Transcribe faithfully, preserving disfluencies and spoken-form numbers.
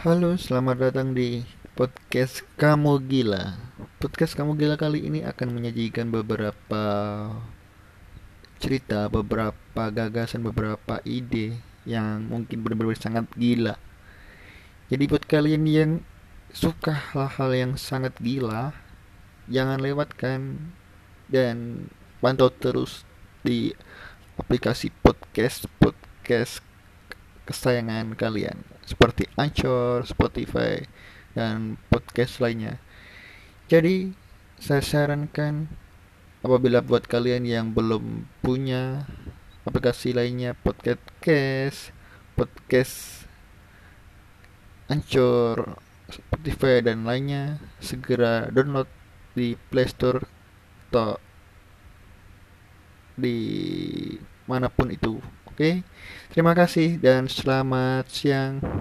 Halo, selamat datang di podcast Kamu Gila. Podcast Kamu Gila kali ini akan menyajikan beberapa cerita, beberapa gagasan, beberapa ide yang mungkin benar-benar sangat gila. Jadi buat kalian yang suka hal-hal yang sangat gila, jangan lewatkan dan pantau terus di aplikasi podcast podcast kesayangan kalian seperti Anchor, Spotify, dan podcast lainnya. Jadi, saya sarankan apabila buat kalian yang belum punya aplikasi lainnya, podcast, podcast Anchor, Spotify, dan lainnya, segera download di Play Store atau di manapun itu. Oke, terima kasih dan selamat siang.